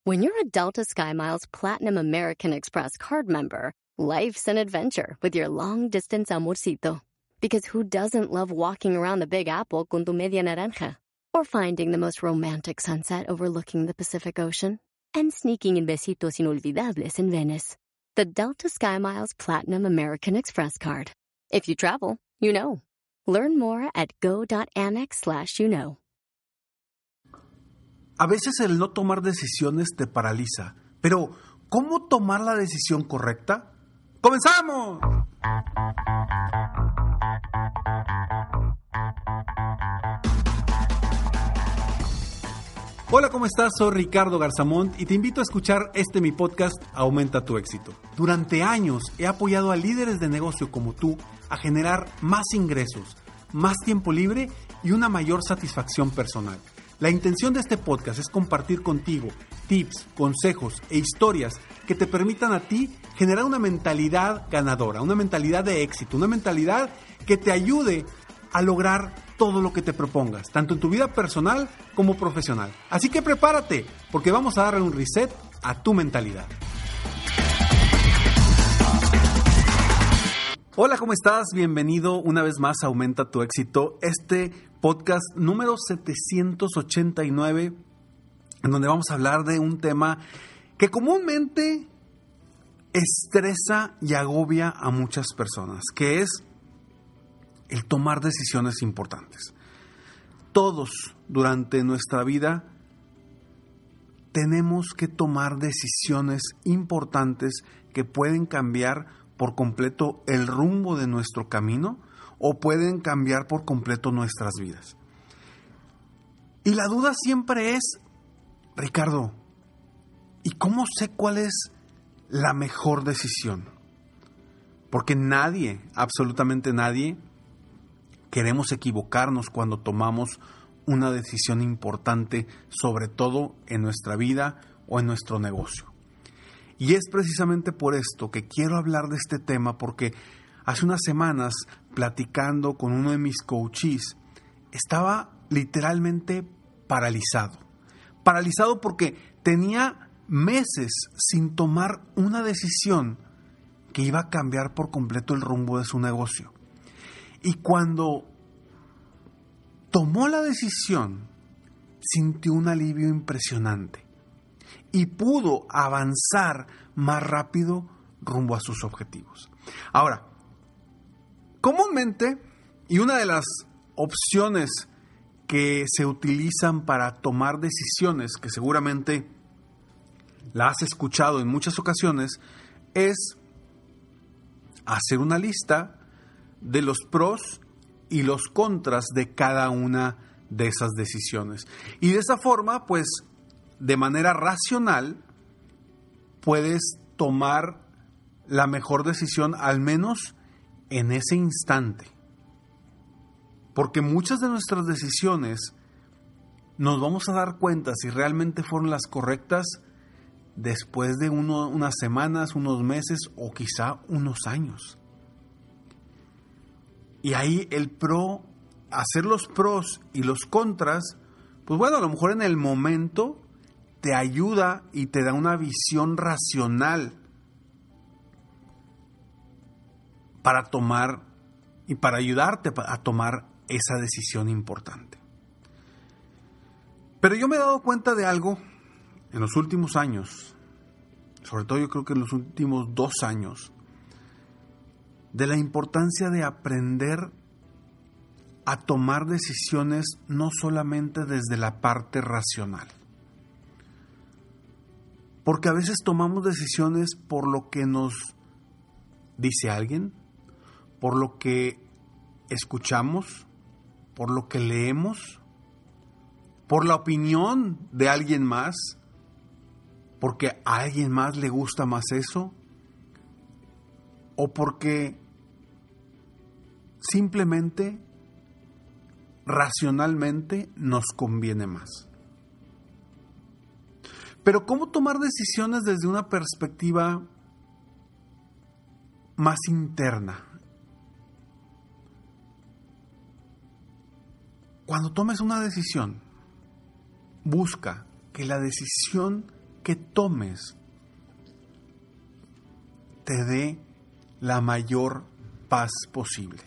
When you're a Delta SkyMiles Platinum American Express card member, life's an adventure with your long-distance amorcito. Because who doesn't love walking around the Big Apple con tu media naranja? Or finding the most romantic sunset overlooking the Pacific Ocean? And sneaking in besitos inolvidables in Venice. The Delta SkyMiles Platinum American Express card. If you travel, you know. Learn more at go.amex/you-know. A veces el no tomar decisiones te paraliza, pero ¿cómo tomar la decisión correcta? ¡Comenzamos! Hola, ¿cómo estás? Soy Ricardo Garzamont y te invito a escuchar mi podcast Aumenta tu éxito. Durante años he apoyado a líderes de negocio como tú a generar más ingresos, más tiempo libre y una mayor satisfacción personal. La intención de este podcast es compartir contigo tips, consejos e historias que te permitan a ti generar una mentalidad ganadora, una mentalidad de éxito, una mentalidad que te ayude a lograr todo lo que te propongas, tanto en tu vida personal como profesional. Así que prepárate, porque vamos a darle un reset a tu mentalidad. Hola, ¿cómo estás? Bienvenido una vez más a Aumenta tu éxito, podcast número 789, en donde vamos a hablar de un tema que comúnmente estresa y agobia a muchas personas, que es el tomar decisiones importantes. Todos durante nuestra vida tenemos que tomar decisiones importantes que pueden cambiar por completo el rumbo de nuestro camino o pueden cambiar por completo nuestras vidas. Y la duda siempre es, Ricardo, ¿y cómo sé cuál es la mejor decisión? Porque nadie, absolutamente nadie, queremos equivocarnos cuando tomamos una decisión importante, sobre todo en nuestra vida o en nuestro negocio. Y es precisamente por esto que quiero hablar de este tema, porque hace unas semanas, platicando con uno de mis coaches, estaba literalmente paralizado. Paralizado porque tenía meses sin tomar una decisión que iba a cambiar por completo el rumbo de su negocio. Y cuando tomó la decisión, sintió un alivio impresionante y pudo avanzar más rápido rumbo a sus objetivos. Ahora, comúnmente, y una de las opciones que se utilizan para tomar decisiones, que seguramente la has escuchado en muchas ocasiones, es hacer una lista de los pros y los contras de cada una de esas decisiones. Y de esa forma, pues, de manera racional, puedes tomar la mejor decisión, al menos en ese instante. Porque muchas de nuestras decisiones nos vamos a dar cuenta si realmente fueron las correctas después de unas semanas, unos meses o quizá unos años. Y ahí hacer los pros y los contras, pues bueno, a lo mejor en el momento te ayuda y te da una visión racional para tomar y para ayudarte a tomar esa decisión importante. Pero yo me he dado cuenta de algo en los últimos años, sobre todo yo creo que en los últimos 2 años, de la importancia de aprender a tomar decisiones no solamente desde la parte racional. Porque a veces tomamos decisiones por lo que nos dice alguien, por lo que escuchamos, por lo que leemos, por la opinión de alguien más, porque a alguien más le gusta más eso, o porque simplemente, racionalmente, nos conviene más. Pero ¿cómo tomar decisiones desde una perspectiva más interna? Cuando tomes una decisión, busca que la decisión que tomes te dé la mayor paz posible.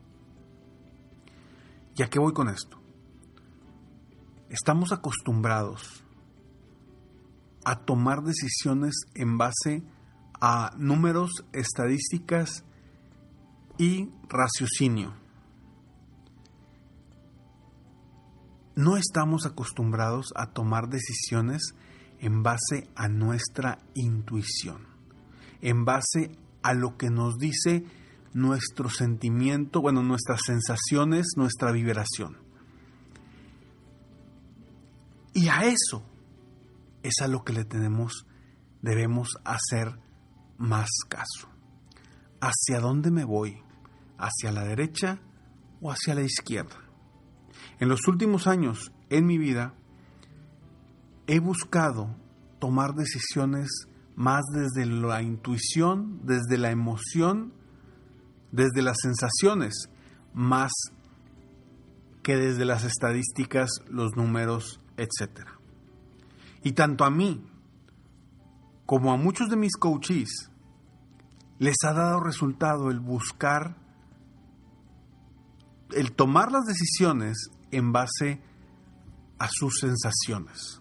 ¿Y a qué voy con esto? Estamos acostumbrados a tomar decisiones en base a números, estadísticas y raciocinio. No estamos acostumbrados a tomar decisiones en base a nuestra intuición, en base a lo que nos dice nuestro sentimiento, nuestras sensaciones, nuestra vibración. Y a eso es a lo que debemos hacer más caso. ¿Hacia dónde me voy? ¿Hacia la derecha o hacia la izquierda? En los últimos años en mi vida he buscado tomar decisiones más desde la intuición, desde la emoción, desde las sensaciones, más que desde las estadísticas, los números, etc. Y tanto a mí como a muchos de mis coaches les ha dado resultado el buscar, el tomar las decisiones en base a sus sensaciones.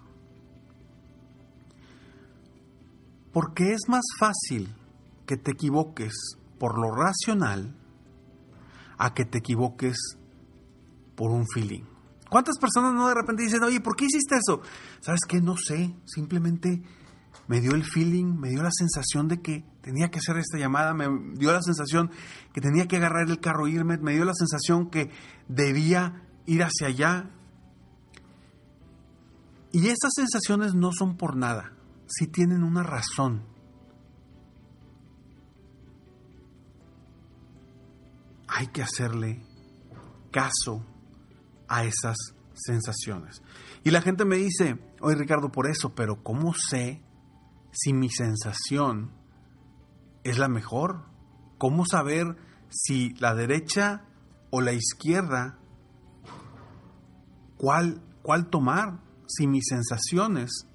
Porque es más fácil que te equivoques por lo racional a que te equivoques por un feeling. ¿Cuántas personas no de repente dicen, oye, ¿por qué hiciste eso? ¿Sabes qué? No sé, simplemente me dio el feeling, me dio la sensación de que tenía que hacer esta llamada, me dio la sensación que tenía que agarrar el carro e irme, me dio la sensación que debía ir hacia allá. Y esas sensaciones no son por nada, sí tienen una razón. Hay que hacerle caso a esas sensaciones. Y la gente me dice, oye Ricardo, por eso, pero ¿cómo sé si mi sensación es la mejor? ¿Cómo saber si la derecha o la izquierda, cuál tomar? Si mis sensaciones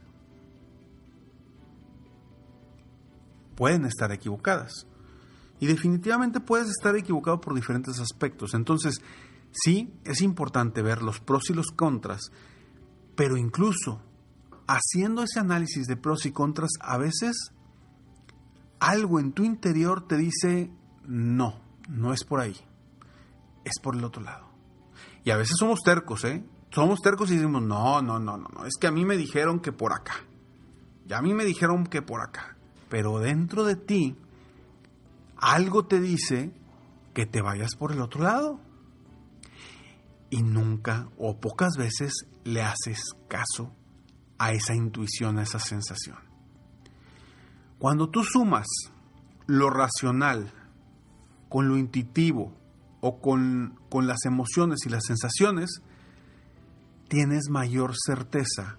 pueden estar equivocadas. Y definitivamente puedes estar equivocado por diferentes aspectos. Entonces, sí, es importante ver los pros y los contras, pero incluso haciendo ese análisis de pros y contras, a veces algo en tu interior te dice, no es por ahí, es por el otro lado. Y a veces somos tercos, Somos tercos y decimos, no, es que a mí me dijeron que por acá. Y a mí me dijeron que por acá. Pero dentro de ti, algo te dice que te vayas por el otro lado. Y nunca o pocas veces le haces caso a esa intuición, a esa sensación. Cuando tú sumas lo racional con lo intuitivo o con las emociones y las sensaciones, tienes mayor certeza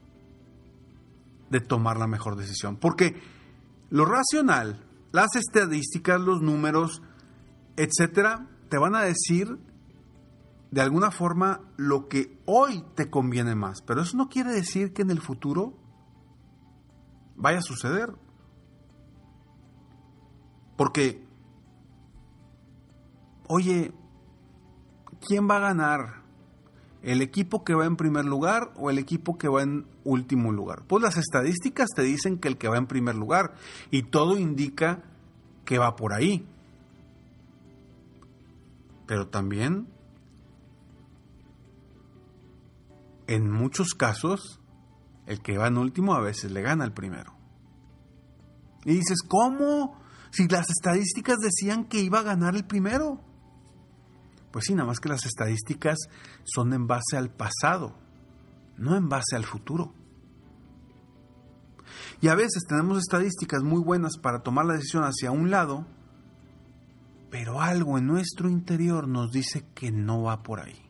de tomar la mejor decisión. Porque lo racional, las estadísticas, los números, etcétera, te van a decir de alguna forma lo que hoy te conviene más. Pero eso no quiere decir que en el futuro vaya a suceder. Porque, oye, ¿quién va a ganar? ¿El equipo que va en primer lugar o el equipo que va en último lugar? Pues las estadísticas te dicen que el que va en primer lugar y todo indica que va por ahí. Pero también, en muchos casos, el que va en último a veces le gana al primero. Y dices, ¿cómo? Si las estadísticas decían que iba a ganar el primero. Pues sí, nada más que las estadísticas son en base al pasado, no en base al futuro. Y a veces tenemos estadísticas muy buenas para tomar la decisión hacia un lado, pero algo en nuestro interior nos dice que no va por ahí.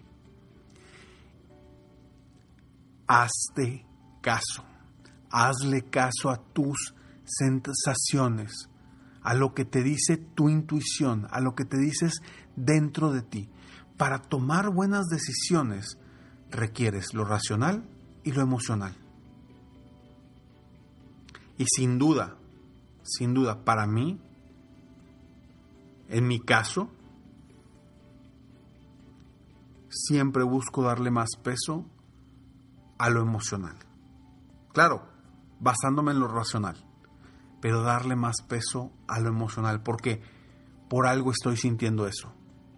Hazte caso, hazle caso a tus sensaciones, a lo que te dice tu intuición, a lo que te dices dentro de ti. Para tomar buenas decisiones requieres lo racional y lo emocional. Y sin duda, para mí, en mi caso, siempre busco darle más peso a lo emocional. Claro, basándome en lo racional, pero darle más peso a lo emocional, porque por algo estoy sintiendo eso.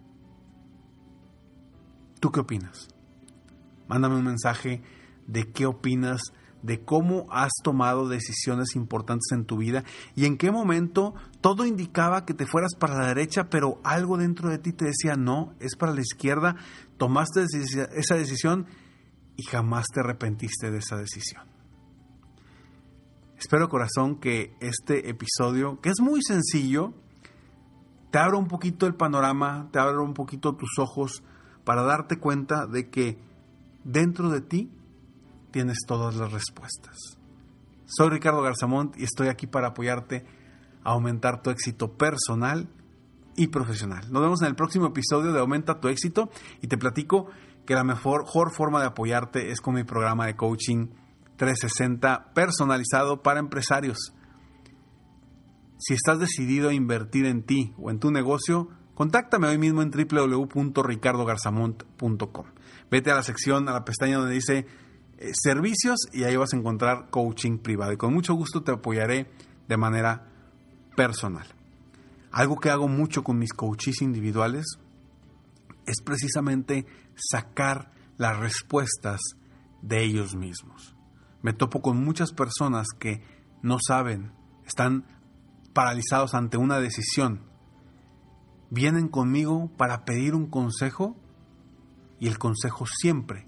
¿Tú qué opinas? Mándame un mensaje de qué opinas, de cómo has tomado decisiones importantes en tu vida y en qué momento todo indicaba que te fueras para la derecha, pero algo dentro de ti te decía no, es para la izquierda. Tomaste esa decisión y jamás te arrepentiste de esa decisión. Espero, corazón, que este episodio, que es muy sencillo, te abra un poquito el panorama, te abra un poquito tus ojos para darte cuenta de que dentro de ti tienes todas las respuestas. Soy Ricardo Garzamont y estoy aquí para apoyarte a aumentar tu éxito personal y profesional. Nos vemos en el próximo episodio de Aumenta tu éxito y te platico que la mejor forma de apoyarte es con mi programa de coaching 360 personalizado para empresarios. Si estás decidido a invertir en ti o en tu negocio, contáctame hoy mismo en www.ricardogarzamont.com. Vete a la sección, a la pestaña donde dice servicios y ahí vas a encontrar coaching privado. Y con mucho gusto te apoyaré de manera personal. Algo que hago mucho con mis coaches individuales es precisamente sacar las respuestas de ellos mismos. Me topo con muchas personas que no saben, están paralizados ante una decisión. Vienen conmigo para pedir un consejo y el consejo siempre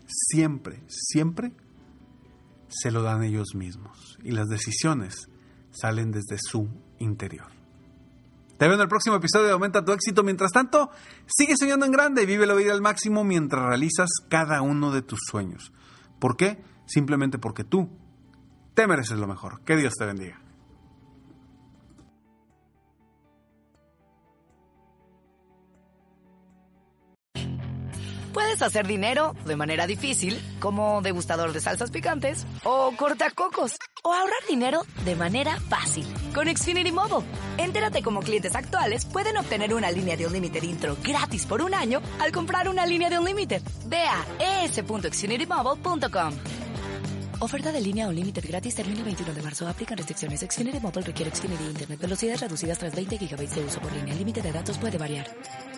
se lo dan ellos mismos. Y las decisiones salen desde su interior. Te veo en el próximo episodio de Aumenta tu éxito. Mientras tanto, sigue soñando en grande y vive la vida al máximo mientras realizas cada uno de tus sueños. ¿Por qué? Simplemente porque tú te mereces lo mejor. Que Dios te bendiga. Puedes hacer dinero de manera difícil, como degustador de salsas picantes, o cortacocos, o ahorrar dinero de manera fácil con Xfinity Mobile. Entérate cómo clientes actuales pueden obtener una línea de Unlimited intro gratis por un año al comprar una línea de Unlimited. Ve a es.xfinitymobile.com. Oferta de línea Unlimited gratis termina el 21 de marzo. Aplican restricciones. Xfinity Mobile requiere Xfinity Internet. Velocidades reducidas tras 20 GB de uso por línea. El límite de datos puede variar.